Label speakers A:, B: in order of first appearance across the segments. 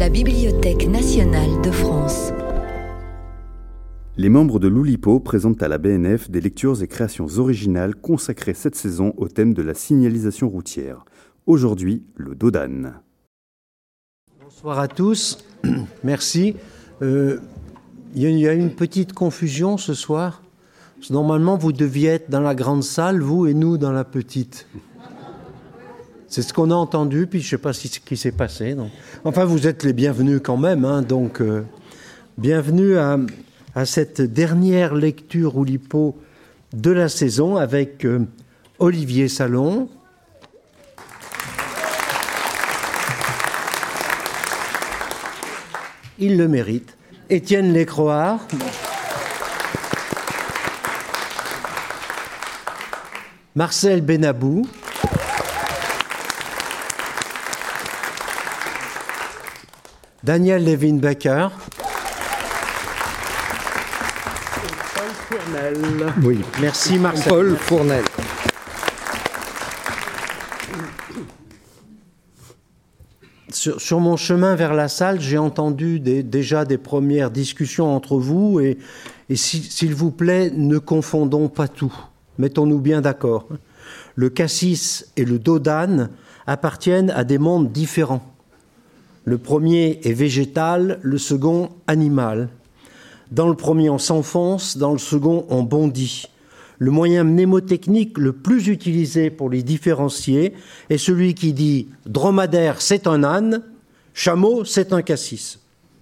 A: la Bibliothèque nationale de France.
B: Les membres de l'Oulipo présentent à la BNF des lectures et créations originales consacrées cette saison au thème de la signalisation routière. Aujourd'hui, le Dodan.
C: Bonsoir à tous, merci. Il y a une petite confusion ce soir. Parce que normalement, vous deviez être dans la grande salle, vous et nous dans la petite. C'est ce qu'on a entendu, puis je ne sais pas ce qui s'est passé. Donc. Enfin, vous êtes les bienvenus quand même, hein, donc bienvenue à cette dernière lecture Oulipo de la saison avec Olivier Salon. Il le mérite. Étienne Lécroard. Marcel Benabou. Daniel Levin-Becker.
D: Paul Fournel.
C: Oui, merci Marcel.
D: Paul Fournel.
C: Sur mon chemin vers la salle, j'ai entendu déjà des premières discussions entre vous et s'il vous plaît, ne confondons pas tout. Mettons-nous bien d'accord. Le cassis et le dodan appartiennent à des mondes différents. Le premier est végétal, le second animal. Dans le premier, on s'enfonce, dans le second, on bondit. Le moyen mnémotechnique le plus utilisé pour les différencier est celui qui dit « dromadaire, c'est un âne, chameau, c'est un cassis ».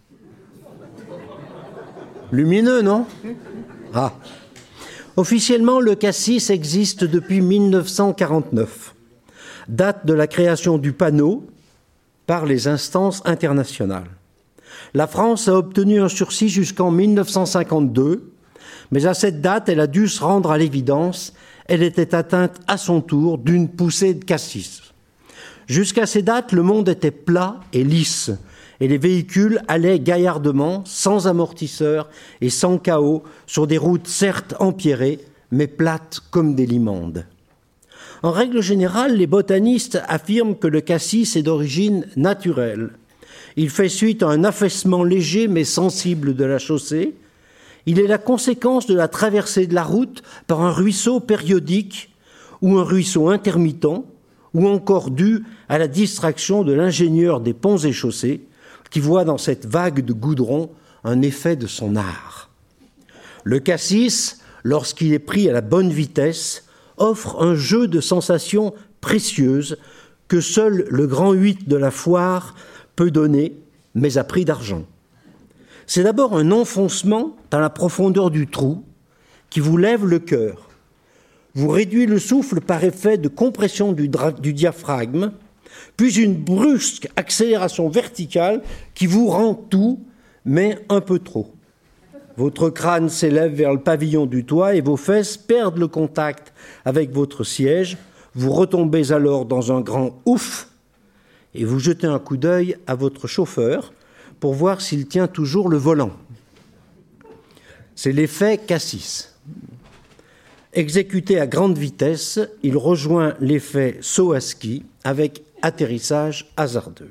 C: Lumineux, non ? Ah. Officiellement, le cassis existe depuis 1949, date de la création du panneau par les instances internationales. La France a obtenu un sursis jusqu'en 1952, mais à cette date, elle a dû se rendre à l'évidence, elle était atteinte à son tour d'une poussée de cassis. Jusqu'à ces dates, le monde était plat et lisse, et les véhicules allaient gaillardement, sans amortisseurs et sans chaos, sur des routes certes empierrées, mais plates comme des limandes. En règle générale, les botanistes affirment que le cassis est d'origine naturelle. Il fait suite à un affaissement léger mais sensible de la chaussée. Il est la conséquence de la traversée de la route par un ruisseau périodique ou un ruisseau intermittent, ou encore dû à la distraction de l'ingénieur des ponts et chaussées, qui voit dans cette vague de goudron un effet de son art. Le cassis, lorsqu'il est pris à la bonne vitesse, offre un jeu de sensations précieuses que seul le grand 8 de la foire peut donner, mais à prix d'argent. C'est d'abord un enfoncement dans la profondeur du trou qui vous lève le cœur. Vous réduit le souffle par effet de compression du diaphragme, puis une brusque accélération verticale qui vous rend tout, mais un peu trop. Votre crâne s'élève vers le pavillon du toit et vos fesses perdent le contact avec votre siège. Vous retombez alors dans un grand ouf et vous jetez un coup d'œil à votre chauffeur pour voir s'il tient toujours le volant. C'est l'effet cassis. Exécuté à grande vitesse, il rejoint l'effet saut à ski avec atterrissage hasardeux.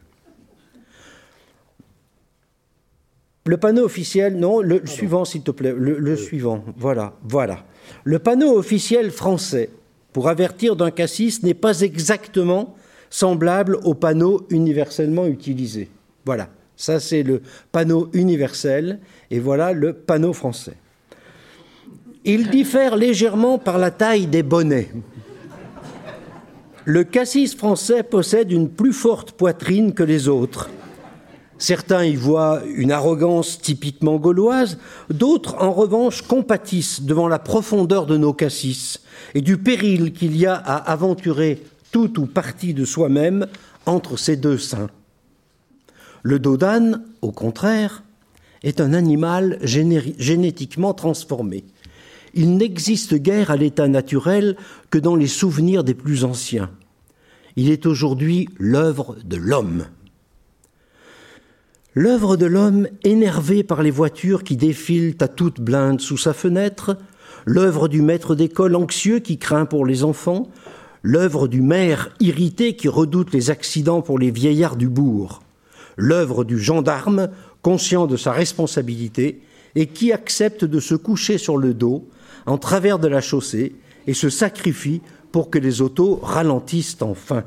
C: Le panneau officiel, non, le suivant s'il te plaît, le suivant, voilà. Le panneau officiel français, pour avertir d'un cassis, n'est pas exactement semblable au panneau universellement utilisé. Voilà, ça c'est le panneau universel, et voilà le panneau français. Il diffère légèrement par la taille des bonnets. Le cassis français possède une plus forte poitrine que les autres. Certains y voient une arrogance typiquement gauloise, d'autres, en revanche, compatissent devant la profondeur de nos cassis et du péril qu'il y a à aventurer tout ou partie de soi-même entre ces deux seins. Le dodan, au contraire, est un animal génétiquement transformé. Il n'existe guère à l'état naturel que dans les souvenirs des plus anciens. Il est aujourd'hui l'œuvre de l'homme. L'œuvre de l'homme énervé par les voitures qui défilent à toute blinde sous sa fenêtre, l'œuvre du maître d'école anxieux qui craint pour les enfants, l'œuvre du maire irrité qui redoute les accidents pour les vieillards du bourg, l'œuvre du gendarme conscient de sa responsabilité et qui accepte de se coucher sur le dos en travers de la chaussée et se sacrifie pour que les autos ralentissent enfin.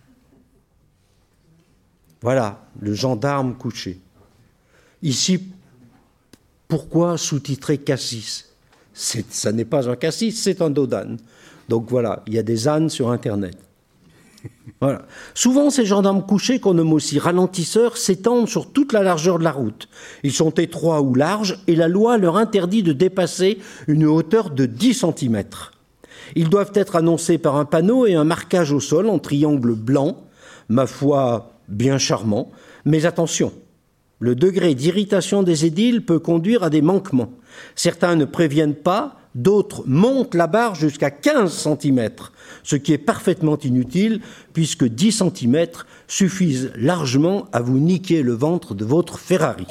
C: Voilà, le gendarme couché. Ici, pourquoi sous-titrer Cassis ? Ça n'est pas un cassis, c'est un dos d'âne. Donc voilà, il y a des ânes sur Internet. Voilà. Souvent, ces gendarmes couchés, qu'on nomme aussi ralentisseurs, s'étendent sur toute la largeur de la route. Ils sont étroits ou larges et la loi leur interdit de dépasser une hauteur de 10 cm. Ils doivent être annoncés par un panneau et un marquage au sol en triangle blanc, ma foi bien charmant, mais attention, le degré d'irritation des édiles peut conduire à des manquements. Certains ne préviennent pas, d'autres montent la barre jusqu'à 15 cm, ce qui est parfaitement inutile puisque 10 cm suffisent largement à vous niquer le ventre de votre Ferrari.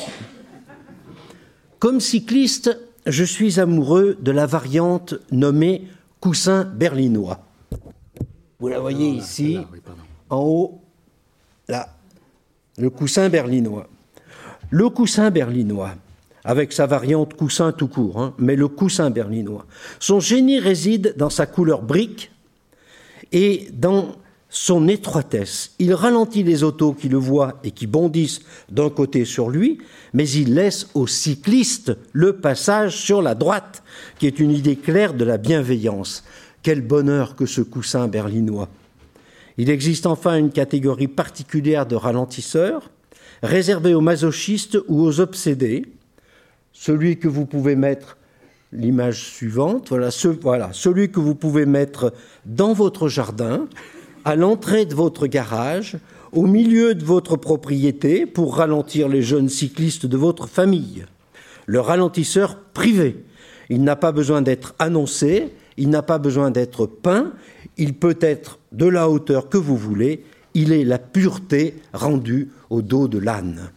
C: Comme cycliste, je suis amoureux de la variante nommée coussin berlinois. Vous la voyez ici, en haut, là, le coussin berlinois. Le coussin berlinois, avec sa variante coussin tout court, mais le coussin berlinois, son génie réside dans sa couleur brique et dans son étroitesse. Il ralentit les autos qui le voient et qui bondissent d'un côté sur lui, mais il laisse aux cyclistes le passage sur la droite, qui est une idée claire de la bienveillance. Quel bonheur que ce coussin berlinois. Il existe enfin une catégorie particulière de ralentisseurs, réservée aux masochistes ou aux obsédés. Celui que vous pouvez mettre, l'image suivante, celui que vous pouvez mettre dans votre jardin, à l'entrée de votre garage, au milieu de votre propriété, pour ralentir les jeunes cyclistes de votre famille. Le ralentisseur privé. Il n'a pas besoin d'être annoncé, il n'a pas besoin d'être peint, il peut être de la hauteur que vous voulez, il est la pureté rendue au dos de l'âne.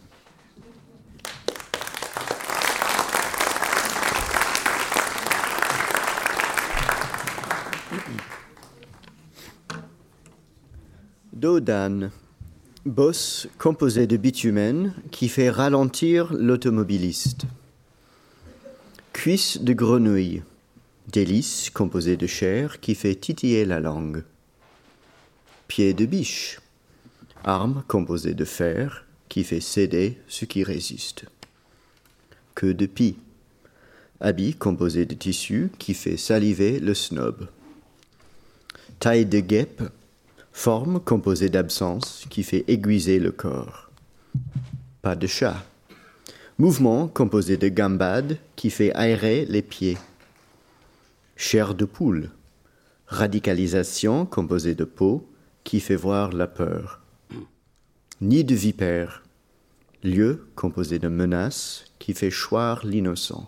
E: Dos d'âne, bosse composé de bitumen qui fait ralentir l'automobiliste. Cuisse de grenouille, délice composé de chair qui fait titiller la langue. Pied de biche, arme composée de fer qui fait céder ce qui résiste. Queue de pie, habit composé de tissu qui fait saliver le snob. Taille de guêpe, forme composée d'absence qui fait aiguiser le corps. Pas de chat. Mouvement composé de gambade qui fait aérer les pieds. Chair de poule. Radicalisation composée de peau qui fait voir la peur. Nid de vipère. Lieu composé de menaces qui fait choir l'innocent.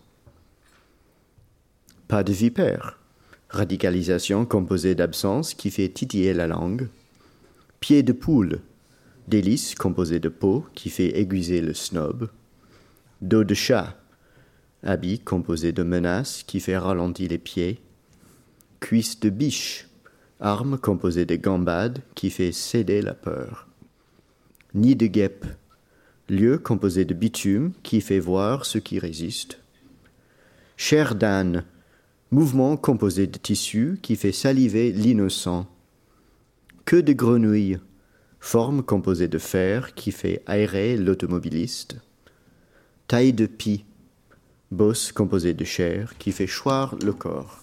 E: Pas de vipère. Radicalisation composée d'absence qui fait titiller la langue. Pied de poule, délice composé de peau qui fait aiguiser le snob. Dos de chat, habit composé de menaces qui fait ralentir les pieds. Cuisse de biche, arme composée de gambade qui fait céder la peur. Nid de guêpe, lieu composé de bitume qui fait voir ce qui résiste. Chair d'âne, mouvement composé de tissu qui fait saliver l'innocent. Queue de grenouille, forme composée de fer qui fait aérer l'automobiliste. Taille de pie, bosse composée de chair qui fait choir le corps.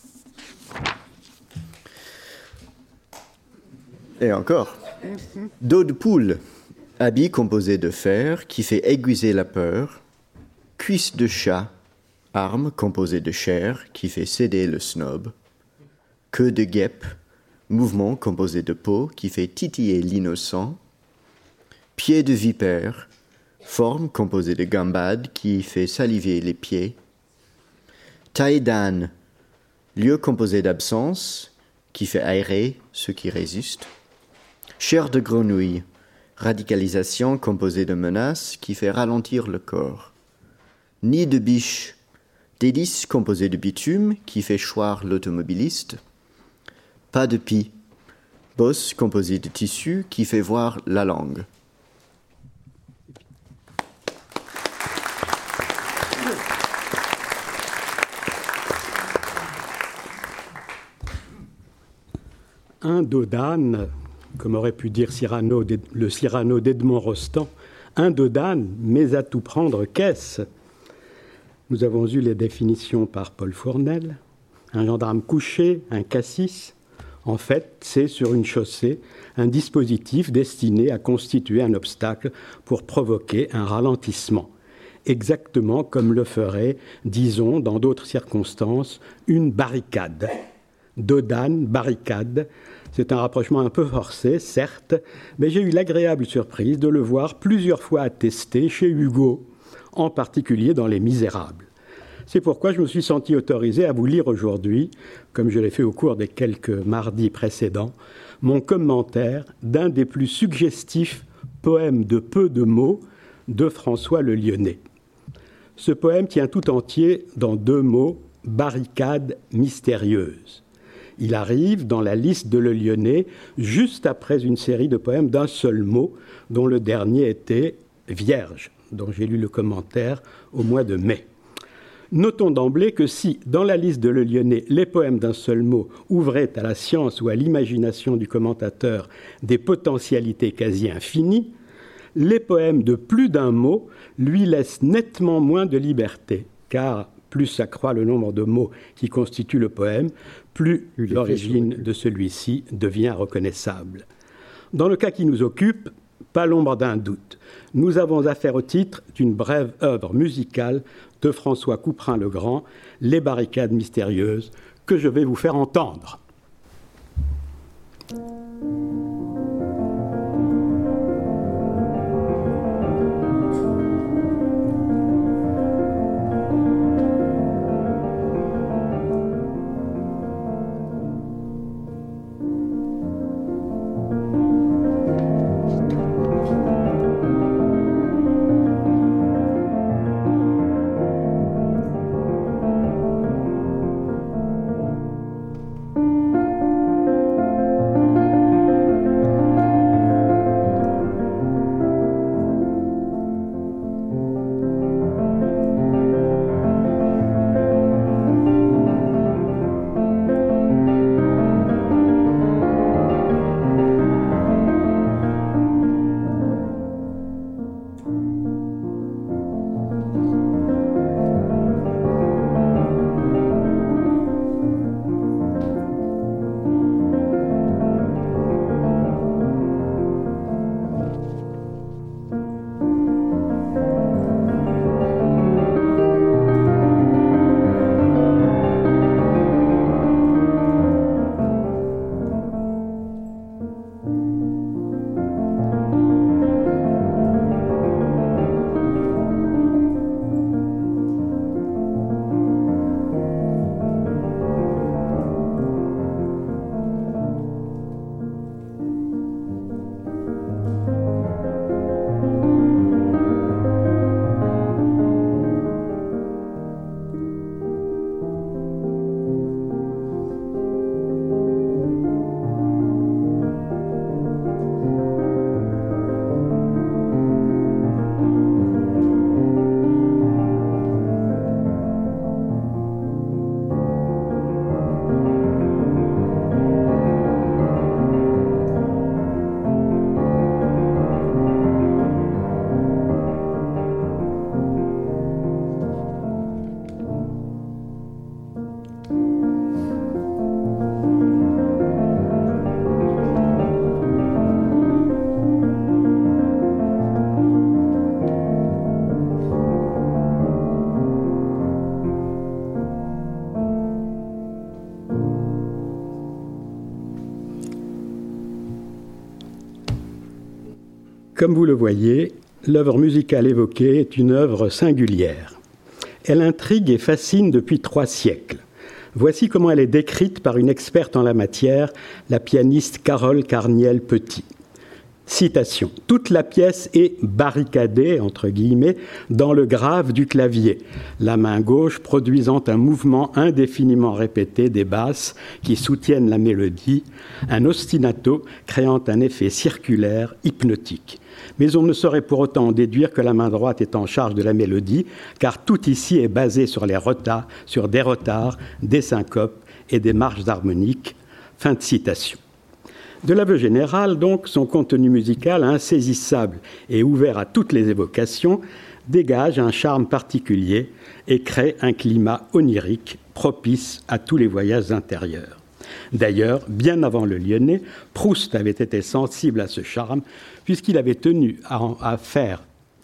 E: Et encore. Dos de poule, habit composé de fer qui fait aiguiser la peur. Cuisse de chat, arme composée de chair qui fait céder le snob. Queue de guêpe, mouvement composé de peau qui fait titiller l'innocent. Pied de vipère, forme composée de gambade qui fait saliver les pieds. Taille d'âne, lieu composé d'absence qui fait aérer ce qui résiste. Chair de grenouille, radicalisation composée de menaces qui fait ralentir le corps. Nid de biche, délice composé de bitume qui fait choir l'automobiliste. Pas de pie, bosse composée de tissu qui fait voir la langue.
F: Un dos d'âne, comme aurait pu dire le Cyrano d'Edmond Rostand, un dos d'âne, mais à tout prendre, qu'est-ce ? Nous avons eu les définitions par Paul Fournel. Un gendarme couché, un cassis. En fait, c'est sur une chaussée un dispositif destiné à constituer un obstacle pour provoquer un ralentissement. Exactement comme le ferait, disons, dans d'autres circonstances, une barricade. Dos d'âne, barricade. C'est un rapprochement un peu forcé, certes, mais j'ai eu l'agréable surprise de le voir plusieurs fois attesté chez Hugo, en particulier dans Les Misérables. C'est pourquoi je me suis senti autorisé à vous lire aujourd'hui, comme je l'ai fait au cours des quelques mardis précédents, mon commentaire d'un des plus suggestifs poèmes de peu de mots de François Le Lyonnais. Ce poème tient tout entier dans 2 mots, barricade mystérieuse. Il arrive dans la liste de Le Lyonnais juste après une série de poèmes d'un seul mot, dont le dernier était Vierge, dont j'ai lu le commentaire au mois de mai. Notons d'emblée que si, dans la liste de Le Lyonnais, les poèmes d'un seul mot ouvraient à la science ou à l'imagination du commentateur des potentialités quasi infinies, les poèmes de plus d'un mot lui laissent nettement moins de liberté, car plus s'accroît le nombre de mots qui constituent le poème, plus l'origine de celui-ci devient reconnaissable. Dans le cas qui nous occupe, pas l'ombre d'un doute. Nous avons affaire au titre d'une brève œuvre musicale de François Couperin-le-Grand, Les barricades mystérieuses, que je vais vous faire entendre. Comme vous le voyez, l'œuvre musicale évoquée est une œuvre singulière. Elle intrigue et fascine depuis 3 siècles. Voici comment elle est décrite par une experte en la matière, la pianiste Carole Carniel-Petit. Citation. « Toute la pièce est barricadée, entre guillemets, dans le grave du clavier, la main gauche produisant un mouvement indéfiniment répété des basses qui soutiennent la mélodie, un ostinato créant un effet circulaire hypnotique. Mais on ne saurait pour autant en déduire que la main droite est en charge de la mélodie, car tout ici est basé sur des retards, des syncopes et des marches harmoniques. » Fin de citation. De l'aveu général, donc, son contenu musical insaisissable et ouvert à toutes les évocations dégage un charme particulier et crée un climat onirique propice à tous les voyages intérieurs. D'ailleurs, bien avant Le Lyonnais, Proust avait été sensible à ce charme puisqu'il avait tenu à faire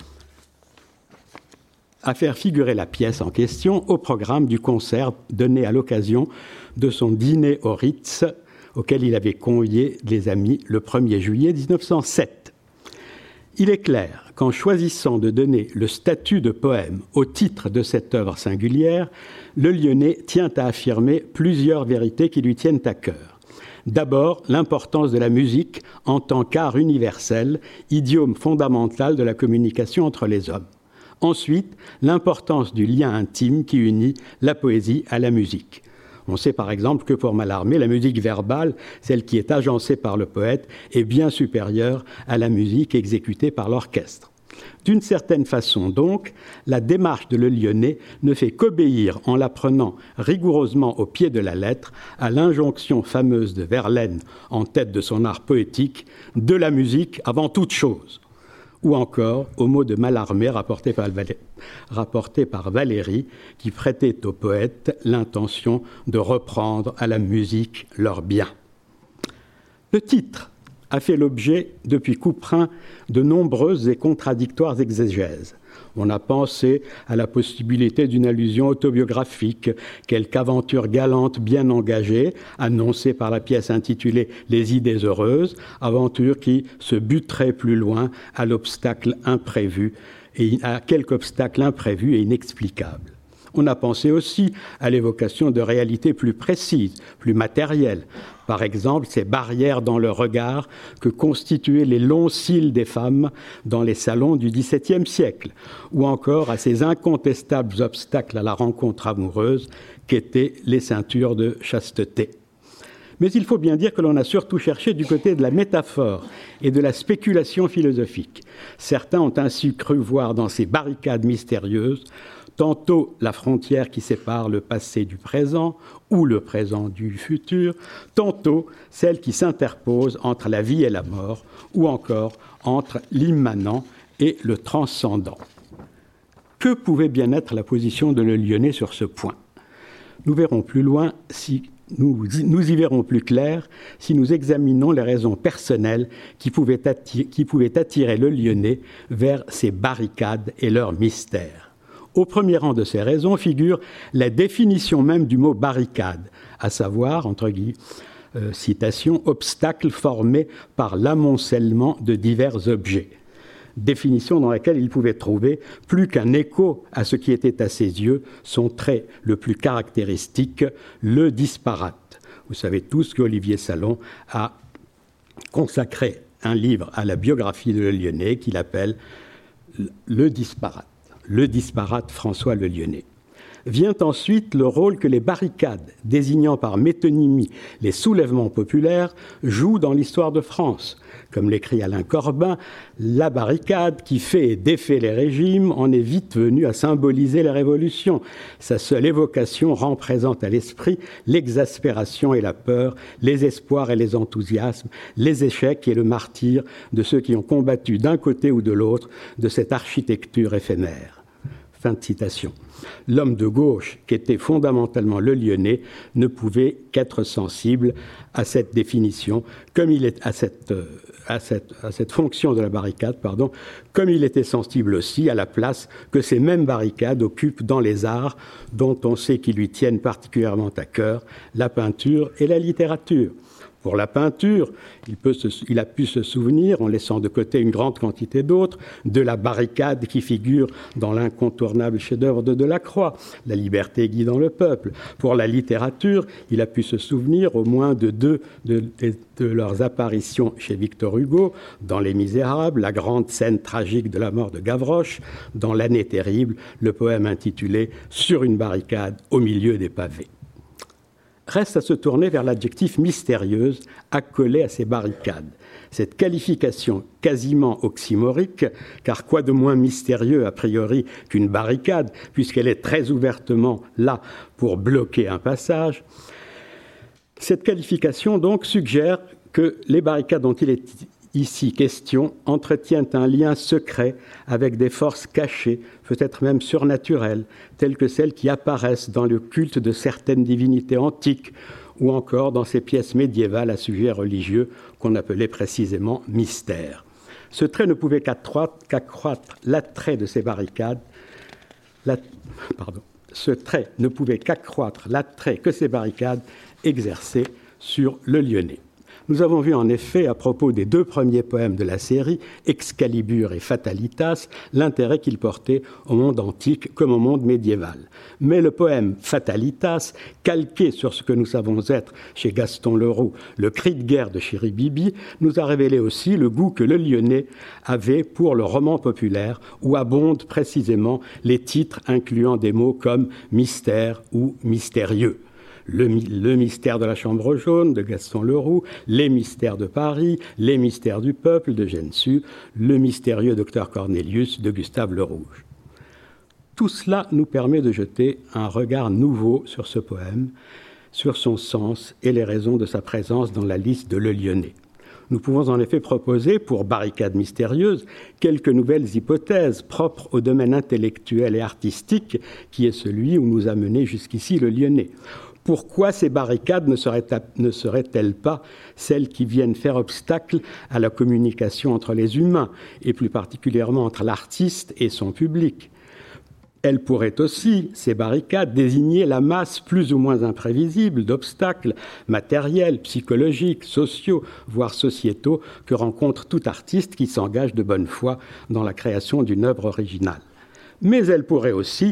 F: figurer la pièce en question au programme du concert donné à l'occasion de son dîner au Ritz, auquel il avait convié les amis le 1er juillet 1907. Il est clair qu'en choisissant de donner le statut de poème au titre de cette œuvre singulière, Le Lyonnais tient à affirmer plusieurs vérités qui lui tiennent à cœur. D'abord, l'importance de la musique en tant qu'art universel, idiome fondamental de la communication entre les hommes. Ensuite, l'importance du lien intime qui unit la poésie à la musique. On sait par exemple que pour Mallarmé, la musique verbale, celle qui est agencée par le poète, est bien supérieure à la musique exécutée par l'orchestre. D'une certaine façon donc, la démarche de Le Lyonnais ne fait qu'obéir en la prenant rigoureusement au pied de la lettre à l'injonction fameuse de Verlaine en tête de son art poétique « de la musique avant toute chose ». Ou encore aux mots de Mallarmé rapportés par Valéry, qui prêtait aux poètes l'intention de reprendre à la musique leur bien. Le titre a fait l'objet, depuis Couperin, de nombreuses et contradictoires exégèses. On a pensé à la possibilité d'une allusion autobiographique, quelque aventure galante bien engagée, annoncée par la pièce intitulée « Les idées heureuses », aventure qui se buterait plus loin à l'obstacle imprévu, et à quelque obstacle imprévu et inexplicable. On a pensé aussi à l'évocation de réalités plus précises, plus matérielles. Par exemple, ces barrières dans le regard que constituaient les longs cils des femmes dans les salons du XVIIe siècle, ou encore à ces incontestables obstacles à la rencontre amoureuse qu'étaient les ceintures de chasteté. Mais il faut bien dire que l'on a surtout cherché du côté de la métaphore et de la spéculation philosophique. Certains ont ainsi cru voir dans ces barricades mystérieuses tantôt la frontière qui sépare le passé du présent ou le présent du futur, tantôt celle qui s'interpose entre la vie et la mort, ou encore entre l'immanent et le transcendant. Que pouvait bien être la position de Le Lyonnais sur ce point ? Nous verrons plus loin nous y verrons plus clair si nous examinons les raisons personnelles qui pouvaient attirer Le Lyonnais vers ces barricades et leurs mystères. Au premier rang de ces raisons figure la définition même du mot barricade, à savoir, entre guillemets, citation, obstacle formé par l'amoncellement de divers objets. Définition dans laquelle il pouvait trouver plus qu'un écho à ce qui était à ses yeux son trait le plus caractéristique, le disparate. Vous savez tous qu'Olivier Salon a consacré un livre à la biographie de Le Lyonnais qu'il appelle Le disparate. Le disparate François Le Lyonnais. Vient ensuite le rôle que les barricades, désignant par métonymie les soulèvements populaires, jouent dans l'histoire de France. Comme l'écrit Alain Corbin, la barricade qui fait et défait les régimes en est vite venue à symboliser la révolution. Sa seule évocation rend présente à l'esprit l'exaspération et la peur, les espoirs et les enthousiasmes, les échecs et le martyre de ceux qui ont combattu d'un côté ou de l'autre de cette architecture éphémère. Fin de citation. L'homme de gauche, qui était fondamentalement Le Lyonnais, ne pouvait qu'être sensible à cette définition, comme il est à cette fonction de la barricade, comme il était sensible aussi à la place que ces mêmes barricades occupent dans les arts, dont on sait qu'ils lui tiennent particulièrement à cœur, la peinture et la littérature. Pour la peinture, il a pu se souvenir, en laissant de côté une grande quantité d'autres, de la barricade qui figure dans l'incontournable chef-d'œuvre de Delacroix, La liberté guidant le peuple. Pour la littérature, il a pu se souvenir au moins de deux de leurs apparitions chez Victor Hugo, dans Les Misérables, la grande scène tragique de la mort de Gavroche, dans L'année terrible, le poème intitulé « Sur une barricade au milieu des pavés ». Reste à se tourner vers l'adjectif mystérieuse accolé à ces barricades. Cette qualification quasiment oxymorique, car quoi de moins mystérieux a priori qu'une barricade, puisqu'elle est très ouvertement là pour bloquer un passage. Cette qualification donc suggère que les barricades dont il est ici question entretiennent un lien secret avec des forces cachées, peut-être même surnaturelles, telles que celles qui apparaissent dans le culte de certaines divinités antiques ou encore dans ces pièces médiévales à sujet religieux qu'on appelait précisément mystères. Ce trait ne pouvait qu'accroître l'attrait de ces barricades. Ce trait ne pouvait qu'accroître l'attrait que ces barricades exerçaient sur le Lyonnais. Nous avons vu en effet, à propos des 2 premiers poèmes de la série, Excalibur et Fatalitas, l'intérêt qu'ils portaient au monde antique comme au monde médiéval. Mais le poème Fatalitas, calqué sur ce que nous savons être chez Gaston Leroux, le cri de guerre de Chéribibi, nous a révélé aussi le goût que le Lyonnais avait pour le roman populaire, où abondent précisément les titres incluant des mots comme mystère ou mystérieux. Le mystère de la Chambre jaune de Gaston Leroux, les mystères de Paris, les mystères du peuple de Gensu, le mystérieux docteur Cornelius de Gustave Le Rouge. Tout cela nous permet de jeter un regard nouveau sur ce poème, sur son sens et les raisons de sa présence dans la liste de Le Lyonnais. Nous pouvons en effet proposer, pour Barricades mystérieuses, quelques nouvelles hypothèses propres au domaine intellectuel et artistique qui est celui où nous a mené jusqu'ici Le Lyonnais. Pourquoi ces barricades ne seraient-elles pas celles qui viennent faire obstacle à la communication entre les humains, et plus particulièrement entre l'artiste et son public ? Elles pourraient aussi, ces barricades, désigner la masse plus ou moins imprévisible d'obstacles matériels, psychologiques, sociaux, voire sociétaux, que rencontre tout artiste qui s'engage de bonne foi dans la création d'une œuvre originale. Mais elles pourraient aussi,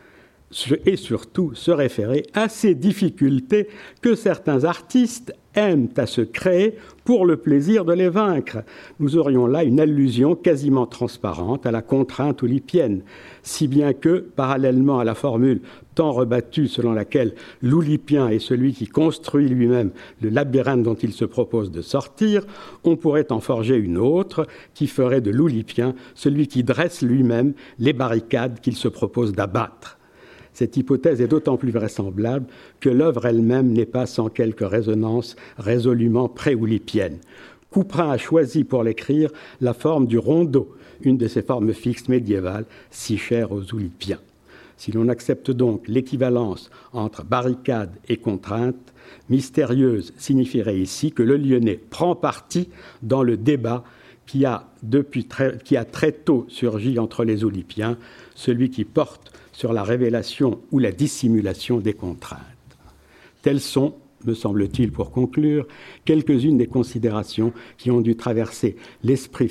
F: et surtout se référer à ces difficultés que certains artistes aiment à se créer pour le plaisir de les vaincre. Nous aurions là une allusion quasiment transparente à la contrainte oulipienne, si bien que, parallèlement à la formule tant rebattue selon laquelle l'oulipien est celui qui construit lui-même le labyrinthe dont il se propose de sortir, on pourrait en forger une autre qui ferait de l'oulipien celui qui dresse lui-même les barricades qu'il se propose d'abattre. Cette hypothèse est d'autant plus vraisemblable que l'œuvre elle-même n'est pas sans quelque résonance résolument pré-oulipienne. Couperin a choisi pour l'écrire la forme du rondeau, une de ces formes fixes médiévales si chères aux oulipiens. Si l'on accepte donc l'équivalence entre barricade et contrainte, mystérieuse signifierait ici que le Lyonnais prend parti dans le débat qui a très tôt surgi entre les oulipiens, celui qui porte sur la révélation ou la dissimulation des contraintes. Telles sont, me semble-t-il, pour conclure, quelques-unes des considérations qui ont dû traverser l'esprit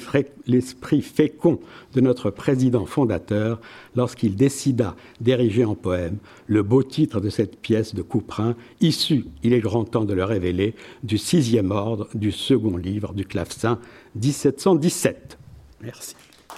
F: fécond de notre président fondateur lorsqu'il décida d'ériger en poème le beau titre de cette pièce de Couperin, issue, il est grand temps de le révéler, du 6e ordre du second livre du clavecin 1717. Merci.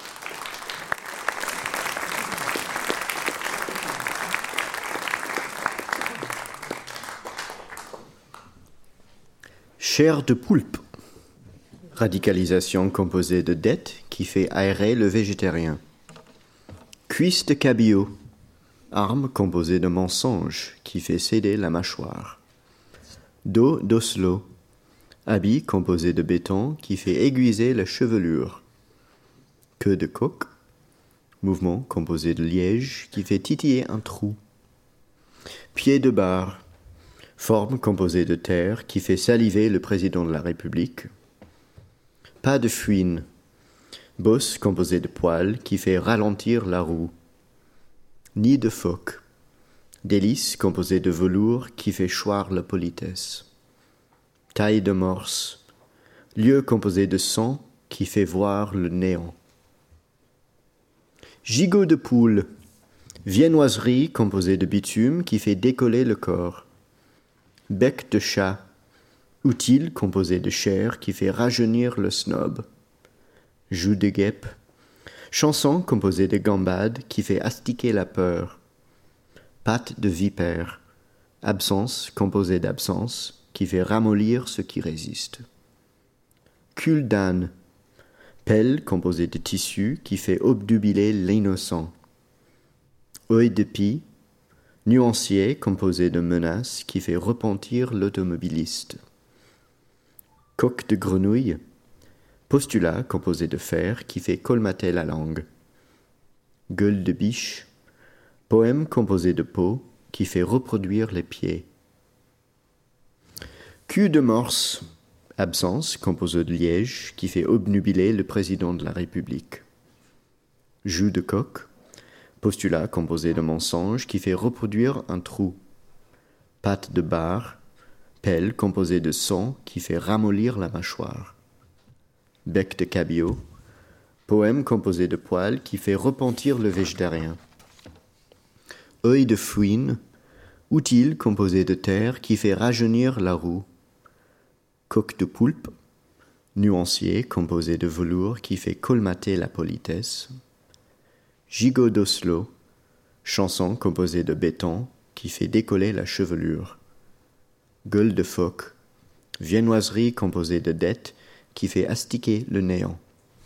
E: Chair de poulpe. Radicalisation composée de dette qui fait aérer le végétarien. Cuisse de cabillaud. Arme composée de mensonge qui fait céder la mâchoire. Dos d'oslo. Habit composé de béton qui fait aiguiser la chevelure. Queue de coq. Mouvement composé de liège qui fait titiller un trou. Pied de barre. Forme composée de terre qui fait saliver le président de la République. Pas de fouine. Bosse composée de poils qui fait ralentir la roue. Nid de phoque. Délice composée de velours qui fait choir la politesse. Taille de morse. Lieu composé de sang qui fait voir le néant. Gigot de poule. Viennoiserie composée de bitume qui fait décoller le corps. Bec de chat, outil composé de chair qui fait rajeunir le snob. Joue de guêpe, chanson composée de gambade qui fait astiquer la peur. Patte de vipère, absence composée d'absence qui fait ramollir ce qui résiste. Cul d'âne, pelle composée de tissu qui fait obnubiler l'innocent. Œil de pie, nuancier composé de menaces qui fait repentir l'automobiliste. Coque de grenouille. Postulat composé de fer qui fait colmater la langue. Gueule de biche. Poème composé de peau qui fait reproduire les pieds. Cul de morse. Absence composé de liège qui fait obnubiler le président de la République. Jus de coq. Postulat composé de mensonge qui fait reproduire un trou. Patte de bar. Pelle composée de sang qui fait ramollir la mâchoire. Bec de cabillaud. Poème composé de poils qui fait repentir le végétarien. Œil de fouine. Outil composé de terre qui fait rajeunir la roue. Coque de poulpe. Nuancier composé de velours qui fait colmater la politesse. Gigot d'Oslo. Chanson composée de béton qui fait décoller la chevelure. Gueule de phoque. Viennoiserie composée de dette qui fait astiquer le néant.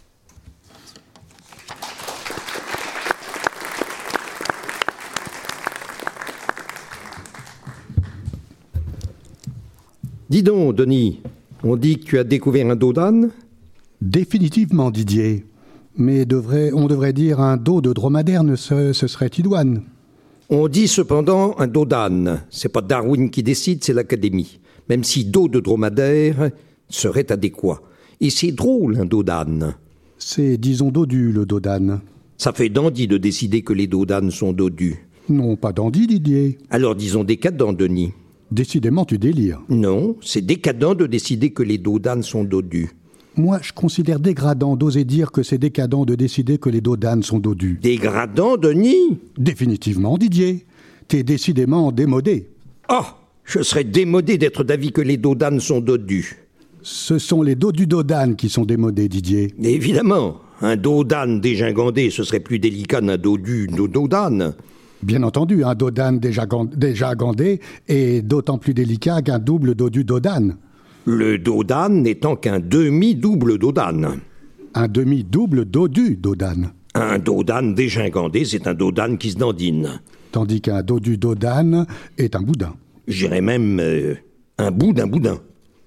C: Dis donc, Denis, on dit que tu as découvert un dos d'âne ?
G: Définitivement, Didier. Mais on devrait dire un dos de dromadaire, ce serait idoine.
C: On dit cependant un dos d'âne. C'est pas Darwin qui décide, c'est l'Académie. Même si dos de dromadaire serait adéquat. Et c'est drôle, un dos d'âne.
G: C'est, disons, dodu, le dos d'âne.
C: Ça fait dandy de décider que les dos d'âne sont dodus.
G: Non, pas dandy, Didier.
C: Alors disons décadent, Denis.
G: Décidément, tu délires.
C: Non, c'est décadent de décider que les dos d'âne sont dodus.
G: Moi, je considère dégradant d'oser dire que c'est décadent de décider que les dos d'âne sont dodus.
C: Dégradant, Denis ?
G: Définitivement, Didier. T'es décidément démodé.
C: Oh, je serais démodé d'être d'avis que les dos d'âne sont dodus.
G: Ce sont les dodus dos d'âne qui sont démodés, Didier.
C: Évidemment, un dos d'âne dégingandé, ce serait plus délicat d'un dodu dos d'âne.
G: Bien entendu, un dos d'âne déjà gandé est d'autant plus délicat qu'un double dodu dos d'âne.
C: Le dos d'âne n'étant qu'un demi-double dos d'âne.
G: Un demi-double dodu dos d'âne.
C: Un dos d'âne dégingandé, c'est un dos d'âne qui se dandine.
G: Tandis qu'un dodu dos d'âne est un boudin.
C: J'irais même un bout d'un boudin.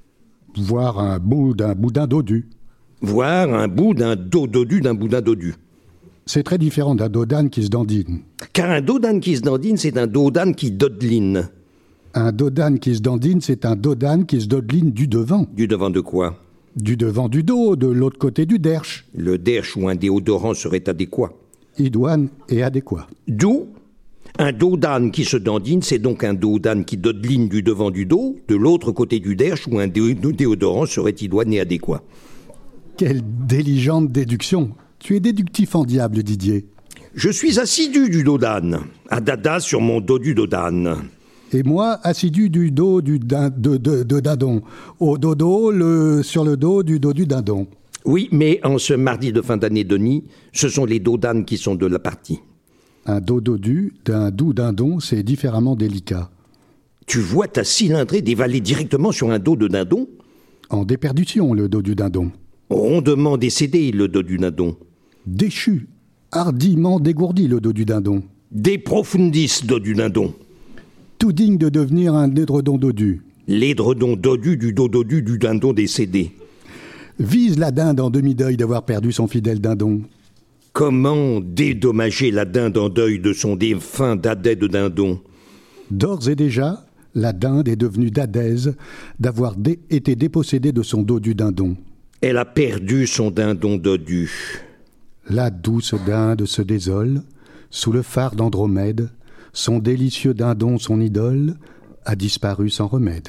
G: Voire un bout d'un boudin dodu.
C: Voire un bout d'un dos dodu d'un boudin dodu.
G: C'est très différent d'un dos d'âne qui se dandine.
C: Car un dos d'âne qui se dandine, c'est un dos d'âne qui dodeline.
G: Un dos d'âne qui se dandine, c'est un dos d'âne qui se dodeline du devant.
C: Du devant de quoi ?
G: Du devant du dos, de l'autre côté du derche.
C: Le derche ou un déodorant serait adéquat.
G: Idoine et adéquat.
C: D'où un dos d'âne qui se dandine, c'est donc un dos d'âne qui dodeline du devant du dos, de l'autre côté du derche où un déodorant serait idoine et adéquat.
G: Quelle diligente déduction. Tu es déductif en diable, Didier.
C: Je suis assidu du dos d'âne, à dada sur mon dos du dos d'âne.
G: Et moi, assidu du dos de dindon. Au dodo, sur le dos du dindon.
C: Oui, mais en ce mardi de fin d'année, Denis, ce sont les dos d'âne qui sont de la partie.
G: Un dos dodu d'un doux dindon, c'est différemment délicat.
C: Tu vois ta cylindrée dévaler directement sur un dos de dindon ?
G: En déperdition, le dos du dindon.
C: Rondement décédé, le dos du dindon.
G: Déchu, hardiment dégourdi, le dos du dindon.
C: De profundis, dos du dindon.
G: Tout digne de devenir un édredon dodu.
C: L'édredon dodu du dos dodu du dindon décédé.
G: Vise la dinde en demi-deuil d'avoir perdu son fidèle dindon.
C: Comment dédommager la dinde en deuil de son défunt dadais de dindon ?
G: D'ores et déjà, la dinde est devenue dadaise d'avoir été dépossédée de son dos du dindon.
C: Elle a perdu son dindon dodu.
G: La douce dinde se désole, sous le phare d'Andromède, son délicieux dindon, son idole, a disparu sans remède.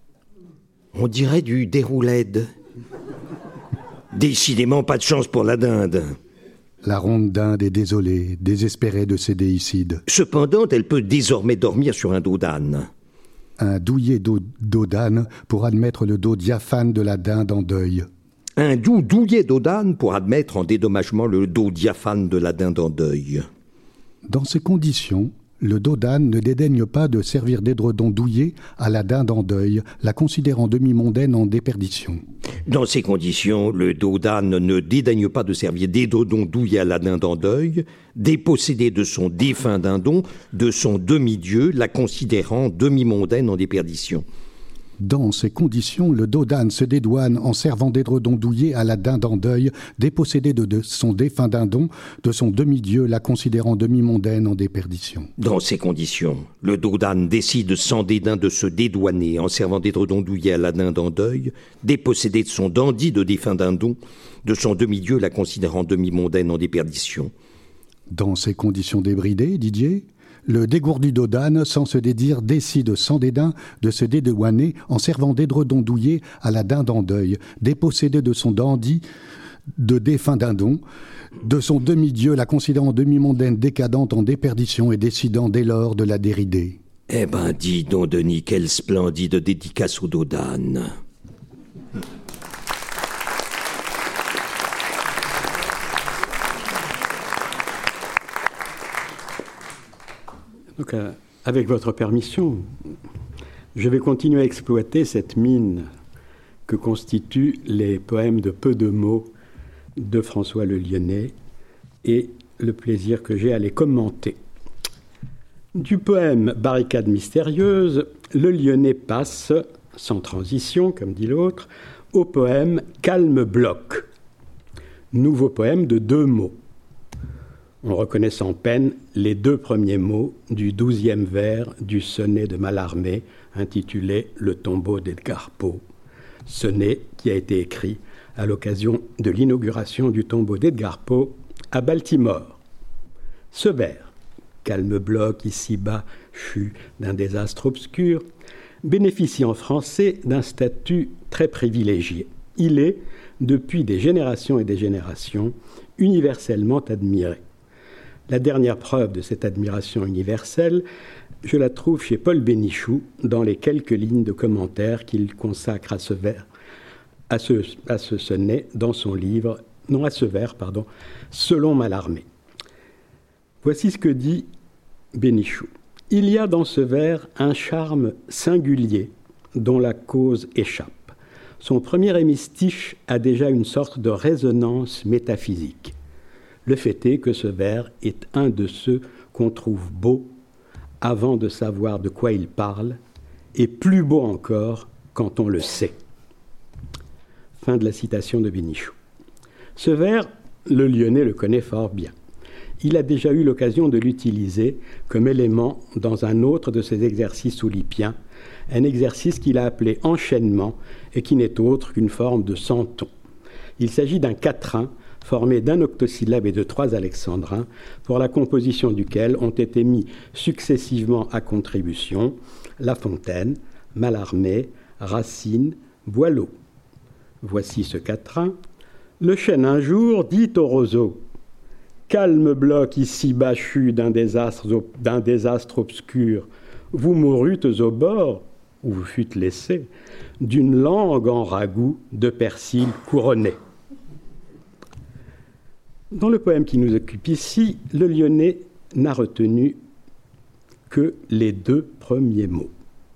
C: On dirait du déroulède. Décidément pas de chance pour la dinde.
G: La ronde dinde est désolée, désespérée de ses déicides.
C: Cependant, elle peut désormais dormir sur un dos d'âne.
G: Un douillet dos d'âne pour admettre le dos diaphane de la dinde en deuil.
C: Un douillet dos d'âne pour admettre en dédommagement le dos diaphane de la dinde en deuil.
G: Dans ces conditions, le dos d'âne ne dédaigne pas de servir d'édredon douillet à la dinde en deuil, la considérant demi-mondaine en déperdition.
C: Dans ces conditions, le dos d'âne ne dédaigne pas de servir d'édredon douillet à la dinde en deuil, dépossédé de son défunt dindon, de son demi-dieu, la considérant demi-mondaine en déperdition.
G: Dans ces conditions, le dos d'âne se dédouane en servant d'édredon douillet à la dinde en deuil, dépossédée de son défunt dindon, de son demi-dieu, la considérant demi-mondaine en déperdition.
H: Dans ces conditions, le dos d'âne décide sans dédain de se dédouaner en servant d'édredon douillet à la dinde en deuil, dépossédée de son dandy de défunt dindon, de son demi-dieu, la considérant demi-mondaine en déperdition.
G: Dans ces conditions débridées, Didier, le dégourdu dos d'âne, sans se dédire, décide sans dédain de se dédouaner en servant d'édredon douillet à la dinde en deuil, dépossédé de son dandy de défunt dindon, de son demi-dieu, la considérant demi-mondaine décadente en déperdition et décidant dès lors de la dérider.
H: Eh ben, dis donc, Denis, quelle splendide dédicace au dos d'âne.
F: Donc, avec votre permission, je vais continuer à exploiter cette mine que constituent les poèmes de peu de mots de François Le Lyonnais et le plaisir que j'ai à les commenter. Du poème « Barricade mystérieuse », Le Lyonnais passe, sans transition, comme dit l'autre, au poème « Calme bloc », nouveau poème de 2 mots. On reconnaît sans peine les 2 premiers mots du 12e vers du sonnet de Mallarmé intitulé « Le tombeau d'Edgar Poe », sonnet qui a été écrit à l'occasion de l'inauguration du tombeau d'Edgar Poe à Baltimore. Ce vers, calme bloc ici-bas, chu d'un désastre obscur, bénéficie en français d'un statut très privilégié. Il est, depuis des générations et des générations, universellement admiré. La dernière preuve de cette admiration universelle, je la trouve chez Paul Bénichou dans les quelques lignes de commentaires qu'il consacre à ce vers, à ce sonnet dans son livre, non à ce vers, pardon, selon Mallarmé. Voici ce que dit Bénichou. Il y a dans ce vers un charme singulier dont la cause échappe. Son premier hémistiche a déjà une sorte de résonance métaphysique. Le fait est que ce vers est un de ceux qu'on trouve beaux avant de savoir de quoi il parle, et plus beau encore quand on le sait. Fin de la citation de Bénichou. Ce vers, le Lyonnais le connaît fort bien. Il a déjà eu l'occasion de l'utiliser comme élément dans un autre de ses exercices oulipiens, un exercice qu'il a appelé enchaînement et qui n'est autre qu'une forme de centon. Il s'agit d'un quatrain formé d'un octosyllabe et de 3 alexandrins, pour la composition duquel ont été mis successivement à contribution La Fontaine, Mallarmé, Racine, Boileau. Voici ce quatrain. Le chêne un jour dit au roseau : calme bloc ici bâchu d'un désastre obscur, vous mourûtes au bord, où vous fûtes laissés, d'une langue en ragoût de persil couronné. Dans le poème qui nous occupe ici, le Lyonnais n'a retenu que les 2 premiers mots.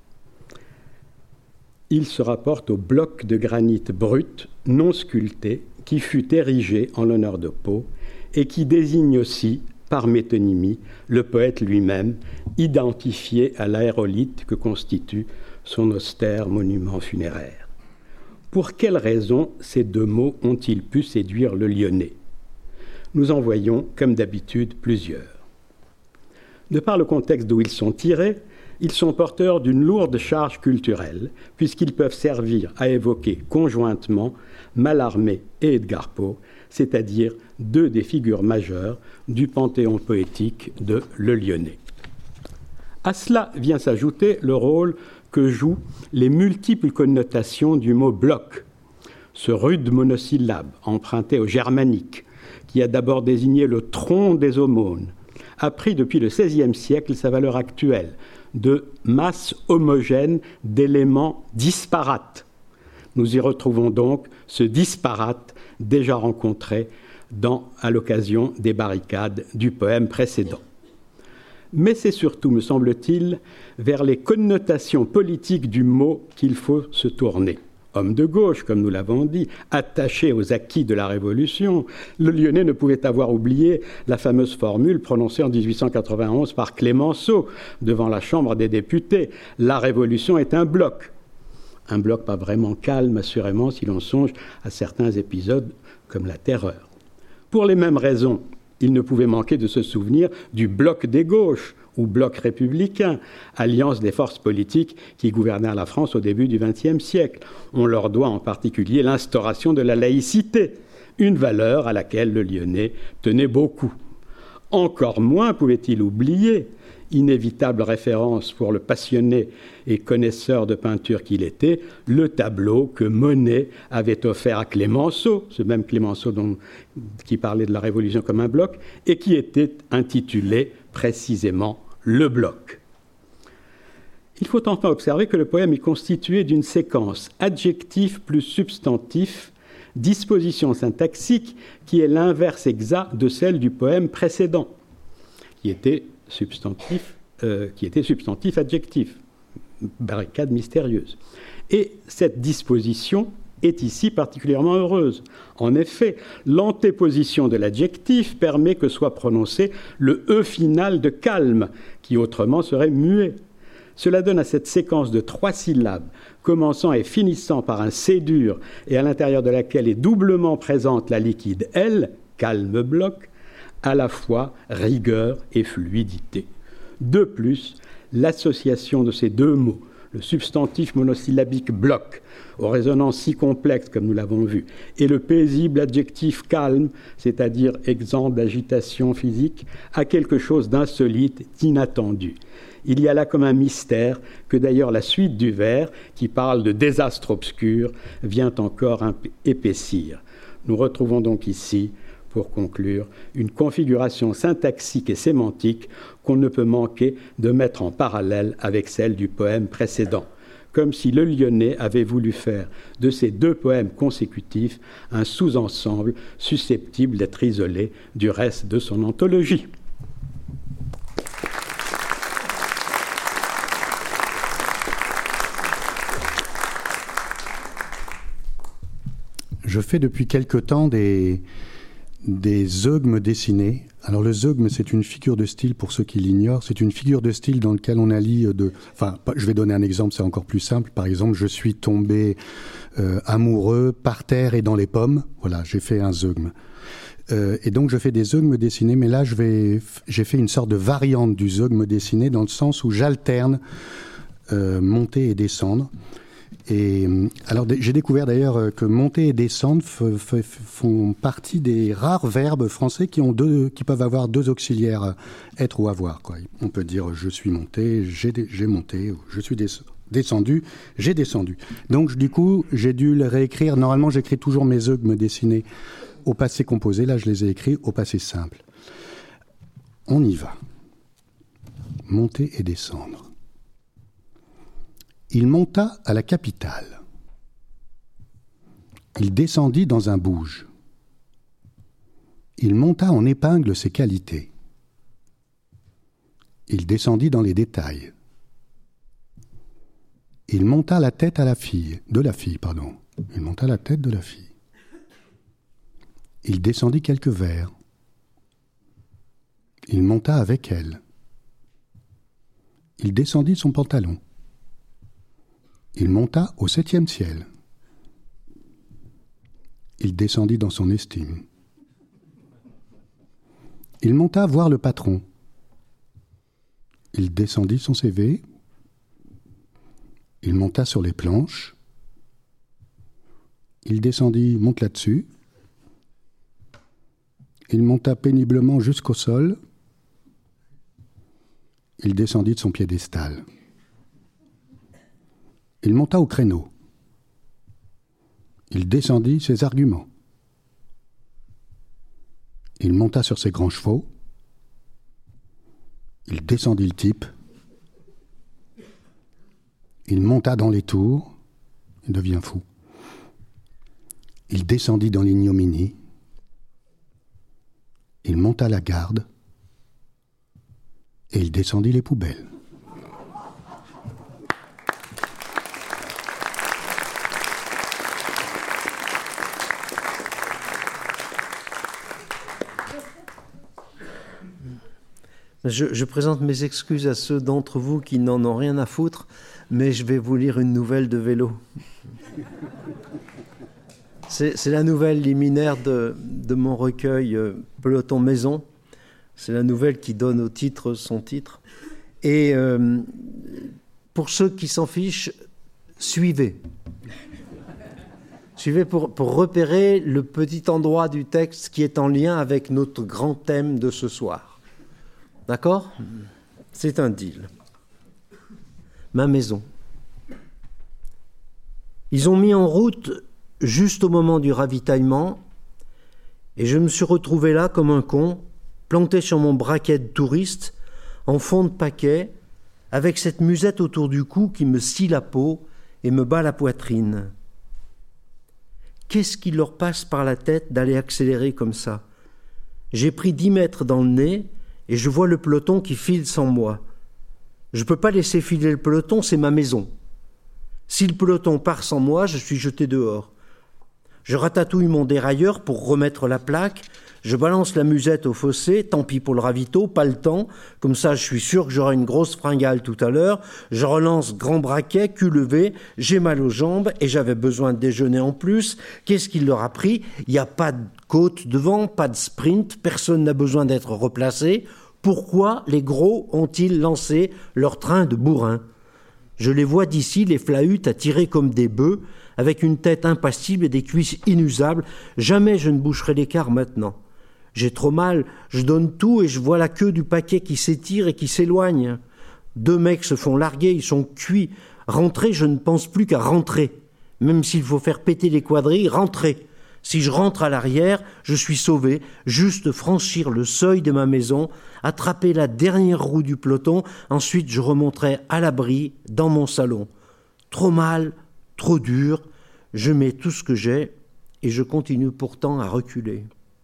F: Il se rapporte au bloc de granit brut, non sculpté, qui fut érigé en l'honneur de Poe et qui désigne aussi, par métonymie, le poète lui-même, identifié à l'aérolithe que constitue son austère monument funéraire. Pour quelles raisons ces 2 mots ont-ils pu séduire le Lyonnais ? Nous en voyons, comme d'habitude, plusieurs. De par le contexte d'où ils sont tirés, ils sont porteurs d'une lourde charge culturelle, puisqu'ils peuvent servir à évoquer conjointement Mallarmé et Edgar Poe, c'est-à-dire 2 des figures majeures du panthéon poétique de Le Lyonnais. À cela vient s'ajouter le rôle que jouent les multiples connotations du mot bloc, ce rude monosyllabe emprunté au germanique, qui a d'abord désigné le tronc des aumônes, a pris depuis le XVIe siècle sa valeur actuelle de masse homogène d'éléments disparates. Nous y retrouvons donc ce disparate déjà rencontré à l'occasion des barricades du poème précédent. Mais c'est surtout, me semble-t-il, vers les connotations politiques du mot qu'il faut se tourner. Homme de gauche, comme nous l'avons dit, attaché aux acquis de la Révolution, le Lyonnais ne pouvait avoir oublié la fameuse formule prononcée en 1891 par Clémenceau devant la Chambre des députés : « La Révolution est un bloc ». Un bloc pas vraiment calme, assurément, si l'on songe à certains épisodes comme la Terreur. Pour les mêmes raisons, il ne pouvait manquer de se souvenir du bloc des gauches, ou bloc républicain, alliance des forces politiques qui gouvernèrent la France au début du XXe siècle. On leur doit en particulier l'instauration de la laïcité, une valeur à laquelle le Lyonnais tenait beaucoup. Encore moins pouvait-il oublier, inévitable référence pour le passionné et connaisseur de peinture qu'il était, le tableau que Monet avait offert à Clémenceau, ce même Clémenceau qui parlait de la Révolution comme un bloc, et qui était intitulé précisément « Le bloc ». Il faut enfin observer que le poème est constitué d'une séquence adjectif plus substantif, disposition syntaxique qui est l'inverse exact de celle du poème précédent, qui était substantif adjectif, barricade mystérieuse. Et cette disposition est ici particulièrement heureuse. En effet, l'antéposition de l'adjectif permet que soit prononcé le « e » final de calme, qui autrement serait muet. Cela donne à cette séquence de 3 syllabes, commençant et finissant par un « C » dur, et à l'intérieur de laquelle est doublement présente la liquide « L », calme bloc, à la fois rigueur et fluidité. De plus, l'association de ces deux mots, le substantif monosyllabique bloc, aux résonances si complexes comme nous l'avons vu, et le paisible adjectif calme, c'est-à-dire exempt d'agitation physique, a quelque chose d'insolite, d'inattendu. Il y a là comme un mystère que d'ailleurs la suite du vers, qui parle de désastre obscur, vient encore épaissir. Nous retrouvons donc ici, pour conclure, une configuration syntaxique et sémantique qu'on ne peut manquer de mettre en parallèle avec celle du poème précédent, comme si le Lyonnais avait voulu faire de ces 2 poèmes consécutifs un sous-ensemble susceptible d'être isolé du reste de son anthologie.
G: Je fais depuis quelque temps des zeugmes dessinés. Alors le zeugme, c'est une figure de style, pour ceux qui l'ignorent, c'est une figure de style dans laquelle on allie je vais donner un exemple, c'est encore plus simple. Par exemple, je suis tombé amoureux par terre et dans les pommes. Voilà, j'ai fait un zeugme. Et donc je fais des zeugmes dessinés, mais là j'ai fait une sorte de variante du zeugme dessiné dans le sens où j'alterne monter et descendre. Et alors j'ai découvert d'ailleurs que monter et descendre font partie des rares verbes français qui peuvent avoir 2 auxiliaires, être ou avoir, quoi. On peut dire je suis monté, j'ai monté, ou je suis descendu, j'ai descendu. Donc du coup j'ai dû le réécrire. Normalement j'écris toujours mes zeugmes dessinés au passé composé. Là je les ai écrits au passé simple. On y va. Monter et descendre. Il monta à la capitale. Il descendit dans un bouge. Il monta en épingle ses qualités. Il descendit dans les détails. Il monta la tête de la fille. Il monta la tête de la fille. Il descendit quelques vers. Il monta avec elle. Il descendit son pantalon. Il monta au 7e ciel. Il descendit dans son estime. Il monta voir le patron. Il descendit son CV. Il monta sur les planches. Il descendit, monte là-dessus. Il monta péniblement jusqu'au sol. Il descendit de son piédestal. Il monta au créneau. Il descendit ses arguments. Il monta sur ses grands chevaux. Il descendit le type. Il monta dans les tours. Il devient fou. Il descendit dans l'ignominie. Il monta la garde. Et il descendit les poubelles.
C: Je présente mes excuses à ceux d'entre vous qui n'en ont rien à foutre. mais je vais vous lire une nouvelle de vélo. C'est la nouvelle liminaire de mon recueil Peloton Maison. C'est la nouvelle qui donne au titre son titre. Et pour ceux qui s'en fichent, suivez. Suivez pour repérer le petit endroit du texte qui est en lien avec notre grand thème de ce soir. D'accord ? C'est un deal. Ma maison. Ils ont mis en route juste au moment du ravitaillement et je me suis retrouvé là comme un con, planté sur mon braquet de touriste, en fond de paquet, avec cette musette autour du cou qui me scie la peau et me bat la poitrine. Qu'est-ce qui leur passe par la tête d'aller accélérer comme ça ? J'ai pris 10 mètres dans le nez et je vois le peloton qui file sans moi. Je ne peux pas laisser filer le peloton, c'est ma maison. Si le peloton part sans moi, je suis jeté dehors. Je ratatouille mon dérailleur pour remettre la plaque, je balance la musette au fossé, tant pis pour le ravito, pas le temps, comme ça je suis sûr que j'aurai une grosse fringale tout à l'heure, je relance grand braquet, cul levé, j'ai mal aux jambes et j'avais besoin de déjeuner en plus. Qu'est-ce qu'il leur a pris ? Il n'y a pas de côte devant, pas de sprint, personne n'a besoin d'être replacé. Pourquoi les gros ont-ils lancé leur train de bourrin ? Je les vois d'ici, les flahutes, à tirer comme des bœufs, avec une tête impassible et des cuisses inusables. Jamais je ne boucherai l'écart maintenant. J'ai trop mal, je donne tout et je vois la queue du paquet qui s'étire et qui s'éloigne. 2 mecs se font larguer, ils sont cuits. Rentrer, je ne pense plus qu'à rentrer. Même s'il faut faire péter les quadrilles, rentrer. Si je rentre à l'arrière, je suis sauvé, juste franchir le seuil de ma maison, attraper la dernière roue du peloton, ensuite je remonterai à l'abri dans mon salon. Trop mal, trop dur, je mets tout ce que j'ai et je continue pourtant à reculer.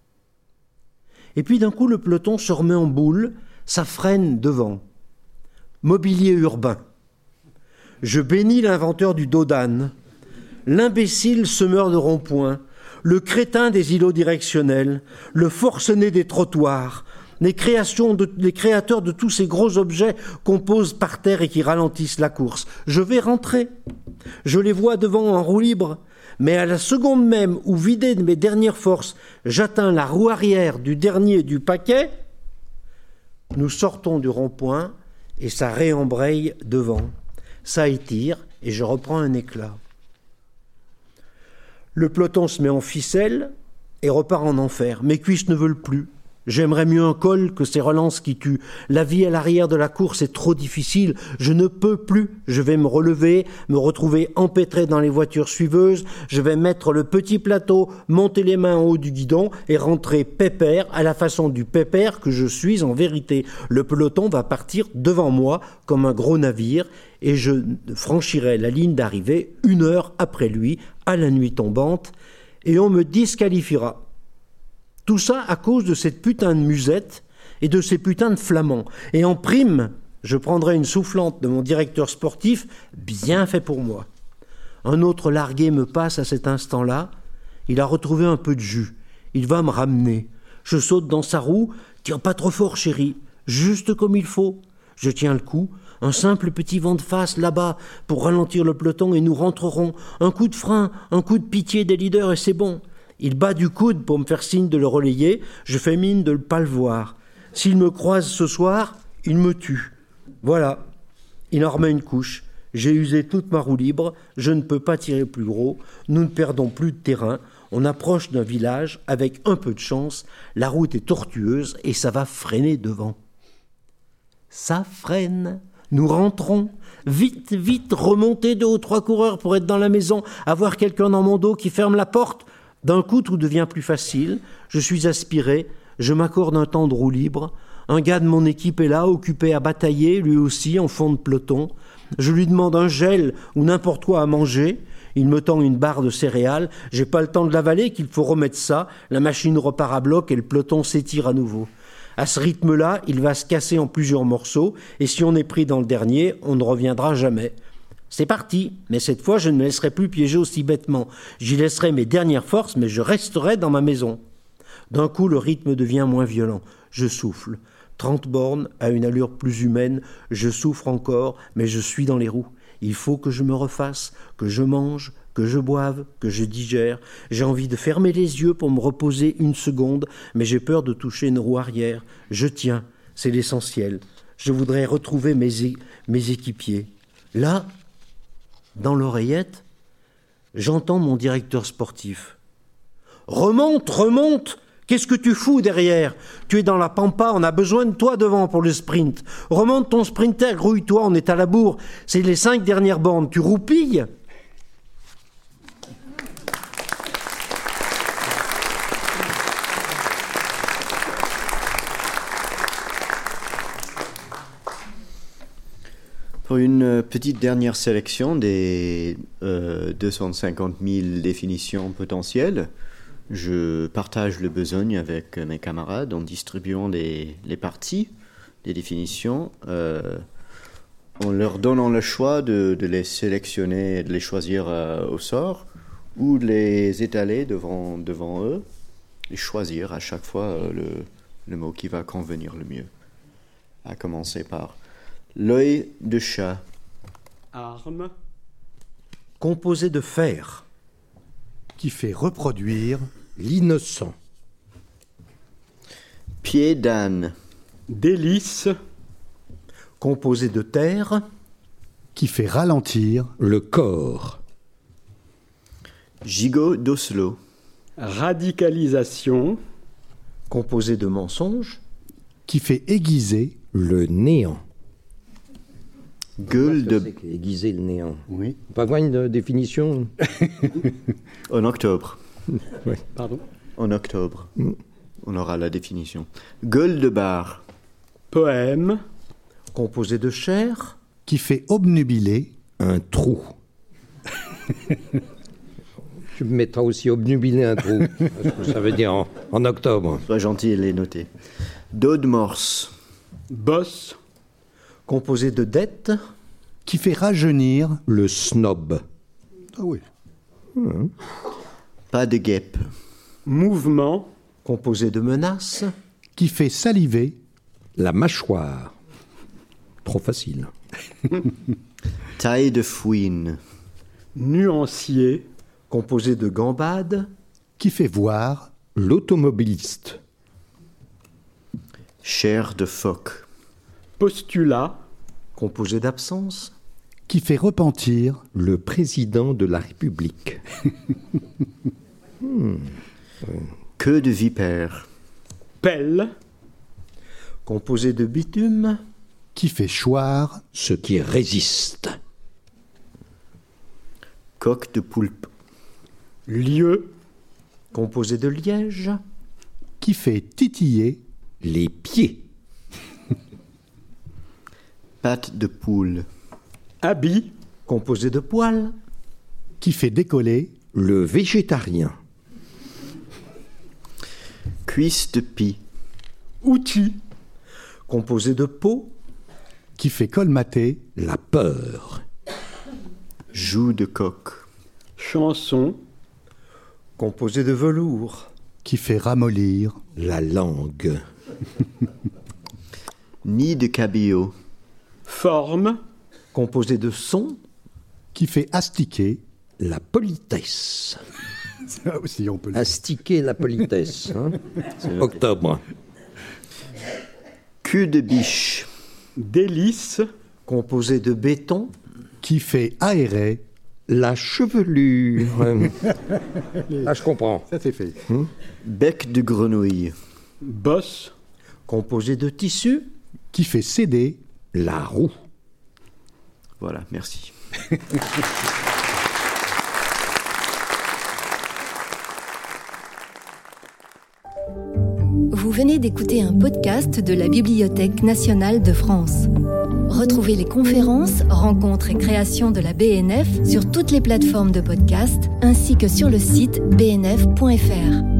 C: Et puis d'un coup le peloton se remet en boule, ça freine devant. Mobilier urbain. Je bénis l'inventeur du dos d'âne, l'imbécile semeur de ronds-points, le crétin des îlots directionnels, le forcené des trottoirs, les créateurs de tous ces gros objets qu'on pose par terre et qui ralentissent la course. Je vais rentrer. Je les vois devant en roue libre, mais à la seconde même où, vidé de mes dernières forces, j'atteins la roue arrière du dernier du paquet, nous sortons du rond-point et ça réembraye devant. Ça étire et je reprends un éclat. Le peloton se met en ficelle et repart en enfer. Mes cuisses ne veulent plus. J'aimerais mieux un col que ces relances qui tuent. La vie à l'arrière de la course est trop difficile. Je ne peux plus. Je vais me relever, me retrouver empêtré dans les voitures suiveuses. Je vais mettre le petit plateau, monter les mains en haut du guidon et rentrer pépère à la façon du pépère que je suis en vérité. Le peloton va partir devant moi comme un gros navire et je franchirai la ligne d'arrivée 1 heure après lui, à la nuit tombante, et on me disqualifiera. Tout ça à cause de cette putain de musette et de ces putains de flamands. Et en prime, je prendrai une soufflante de mon directeur sportif, bien fait pour moi. Un autre largué me passe à cet instant-là. Il a retrouvé un peu de jus. Il va me ramener. Je saute dans sa roue. Tire pas trop fort, chérie. Juste comme il faut. Je tiens le coup. Un simple petit vent de face là-bas pour ralentir le peloton et nous rentrerons. Un coup de frein, un coup de pitié des leaders et c'est bon. Il bat du coude pour me faire signe de le relayer. Je fais mine de ne pas le voir. S'il me croise ce soir, il me tue. Voilà. Il en remet une couche. J'ai usé toute ma roue libre. Je ne peux pas tirer plus gros. Nous ne perdons plus de terrain. On approche d'un village. Avec un peu de chance, la route est tortueuse et ça va freiner devant. Ça freine. Nous rentrons. Vite, vite, remonter 2 ou 3 coureurs pour être dans la maison. Avoir quelqu'un dans mon dos qui ferme la porte. D'un coup, tout devient plus facile. Je suis aspiré. Je m'accorde un temps de roue libre. Un gars de mon équipe est là, occupé à batailler, lui aussi, en fond de peloton. Je lui demande un gel ou n'importe quoi à manger. Il me tend une barre de céréales. J'ai pas le temps de l'avaler, qu'il faut remettre ça. La machine repart à bloc et le peloton s'étire à nouveau. À ce rythme-là, il va se casser en plusieurs morceaux. Et si on est pris dans le dernier, on ne reviendra jamais. C'est parti, mais cette fois je ne me laisserai plus piéger aussi bêtement. J'y laisserai mes dernières forces, mais je resterai dans ma maison. D'un coup, le rythme devient moins violent. Je souffle. 30 bornes à une allure plus humaine, je souffre encore, mais je suis dans les roues. Il faut que je me refasse, que je mange, que je boive, que je digère. J'ai envie de fermer les yeux pour me reposer une seconde, mais j'ai peur de toucher une roue arrière. Je tiens, c'est l'essentiel. Je voudrais retrouver mes équipiers. Là, dans l'oreillette, j'entends mon directeur sportif. « Remonte, remonte ! Qu'est-ce que tu fous derrière ? Tu es dans la pampa, on a besoin de toi devant pour le sprint. Remonte ton sprinter, grouille-toi, on est à la bourre. C'est les 5 dernières bornes, tu roupilles ?»
E: Pour une petite dernière sélection des 250 000 définitions potentielles, je partage le besogne avec mes camarades en distribuant les parties des définitions, en leur donnant le choix de les sélectionner, de les choisir au sort, ou de les étaler devant eux et choisir à chaque fois le mot qui va convenir le mieux. À commencer par l'œil de chat.
F: Arme.
C: Composé de fer.
G: Qui fait reproduire
H: L'innocent.
E: Pied d'âne.
F: Délice.
C: Composé de terre.
G: qui fait ralentir
H: Le corps.
E: Gigot d'Oslo.
F: Radicalisation.
C: Composé de mensonges.
G: qui fait aiguiser
H: Le néant.
E: Gueule de...
H: Aiguiser le néant.
G: oui.
H: Pas voir une définition.
E: En octobre.
F: Pardon.
E: En octobre. On aura la définition. Gueule de bar.
F: Poème.
C: Composé de chair.
G: qui fait obnubiler
H: Un trou. Tu me mettras aussi obnubilé un trou. Parce que ça veut dire en octobre.
E: Sois gentil et les noter. Dos de morse.
F: Bosse.
C: Composé de dette.
G: qui fait rajeunir
H: Le snob.
G: ah oui.
E: Pas de guêpe.
F: Mouvement.
C: Composé de menaces.
G: qui fait saliver
H: La mâchoire. Trop facile.
E: Taille de fouine.
F: Nuancier.
C: Composé de gambade.
G: qui fait voir
H: L'automobiliste.
E: Chair de phoque.
F: Postulat.
C: Composé d'absence.
G: qui fait repentir
H: Le président de la République.
E: Queue de vipère.
F: Pelle.
C: Composé de bitume.
G: qui fait choir
H: Ce qui résiste.
E: Coque de poulpe.
F: Lieu.
C: Composé de liège.
G: qui fait titiller
H: Les pieds.
E: Patte de poule.
F: Habit.
C: Composé de poils.
G: qui fait décoller
H: Le végétarien.
E: Cuisse de pie.
F: Outil.
C: Composé de peau.
G: qui fait colmater
H: La peur.
E: Joue de coq.
F: Chanson.
C: Composé de velours.
G: qui fait ramollir
H: La langue.
E: Nid de cabillaud.
F: Forme.
C: Composé de son.
G: qui fait astiquer
H: La politesse.
G: ça aussi on peut le
H: Astiquer la politesse. Hein. Octobre.
E: Cul de biche.
F: Délice.
C: Composé de béton.
G: qui fait aérer
H: La chevelure. Ah, je comprends.
G: ça c'est fait
E: Bec de grenouille.
F: Bosse.
C: Composé de tissu.
G: qui fait céder
H: La roue.
E: Voilà, merci.
A: Vous venez d'écouter un podcast de la Bibliothèque nationale de France. Retrouvez les conférences, rencontres et créations de la BNF sur toutes les plateformes de podcast ainsi que sur le site bnf.fr.